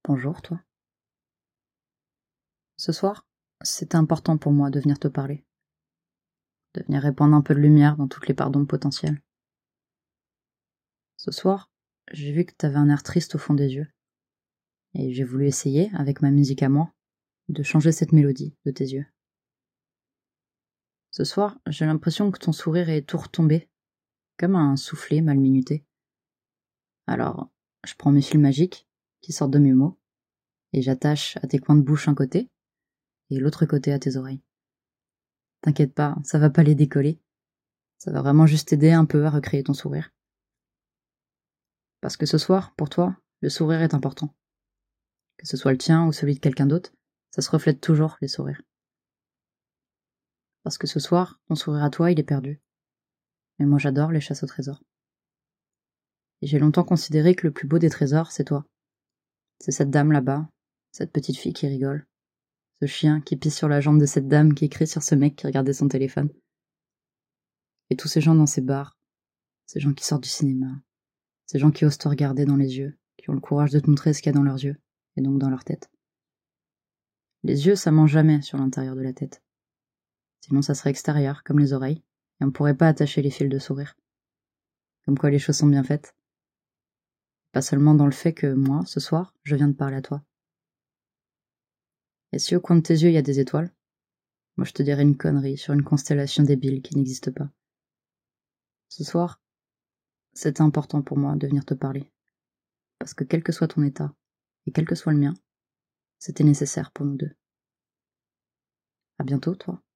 Bonjour, toi. Ce soir, c'était important pour moi de venir te parler. De venir répandre un peu de lumière dans toutes les parts d'ombre potentielles. Ce soir, j'ai vu que t'avais un air triste au fond des yeux. Et j'ai voulu essayer, avec ma musique à moi, de changer cette mélodie de tes yeux. Ce soir, j'ai l'impression que ton sourire est tout retombé, comme un soufflet mal minuté. Alors, je prends mes fils magiques, qui sortent de mes mots, et j'attache à tes coins de bouche un côté, et l'autre côté à tes oreilles. T'inquiète pas, ça va pas les décoller. Ça va vraiment juste t'aider un peu à recréer ton sourire. Parce que ce soir, pour toi, le sourire est important. Que ce soit le tien ou celui de quelqu'un d'autre, ça se reflète toujours, les sourires. Parce que ce soir, ton sourire à toi, il est perdu. Mais moi j'adore les chasses au trésor. Et j'ai longtemps considéré que le plus beau des trésors, c'est toi. C'est cette dame là-bas, cette petite fille qui rigole, ce chien qui pisse sur la jambe de cette dame qui écrit sur ce mec qui regardait son téléphone. Et tous ces gens dans ces bars, ces gens qui sortent du cinéma, ces gens qui osent te regarder dans les yeux, qui ont le courage de te montrer ce qu'il y a dans leurs yeux, et donc dans leur tête. Les yeux, ça ment jamais sur l'intérieur de la tête. Sinon ça serait extérieur, comme les oreilles, et on pourrait pas attacher les fils de sourire. Comme quoi les choses sont bien faites. Pas seulement dans le fait que moi, ce soir, je viens de parler à toi. Et si au coin de tes yeux il y a des étoiles, moi je te dirais une connerie sur une constellation débile qui n'existe pas. Ce soir, c'était important pour moi de venir te parler. Parce que quel que soit ton état, et quel que soit le mien, c'était nécessaire pour nous deux. À bientôt, toi.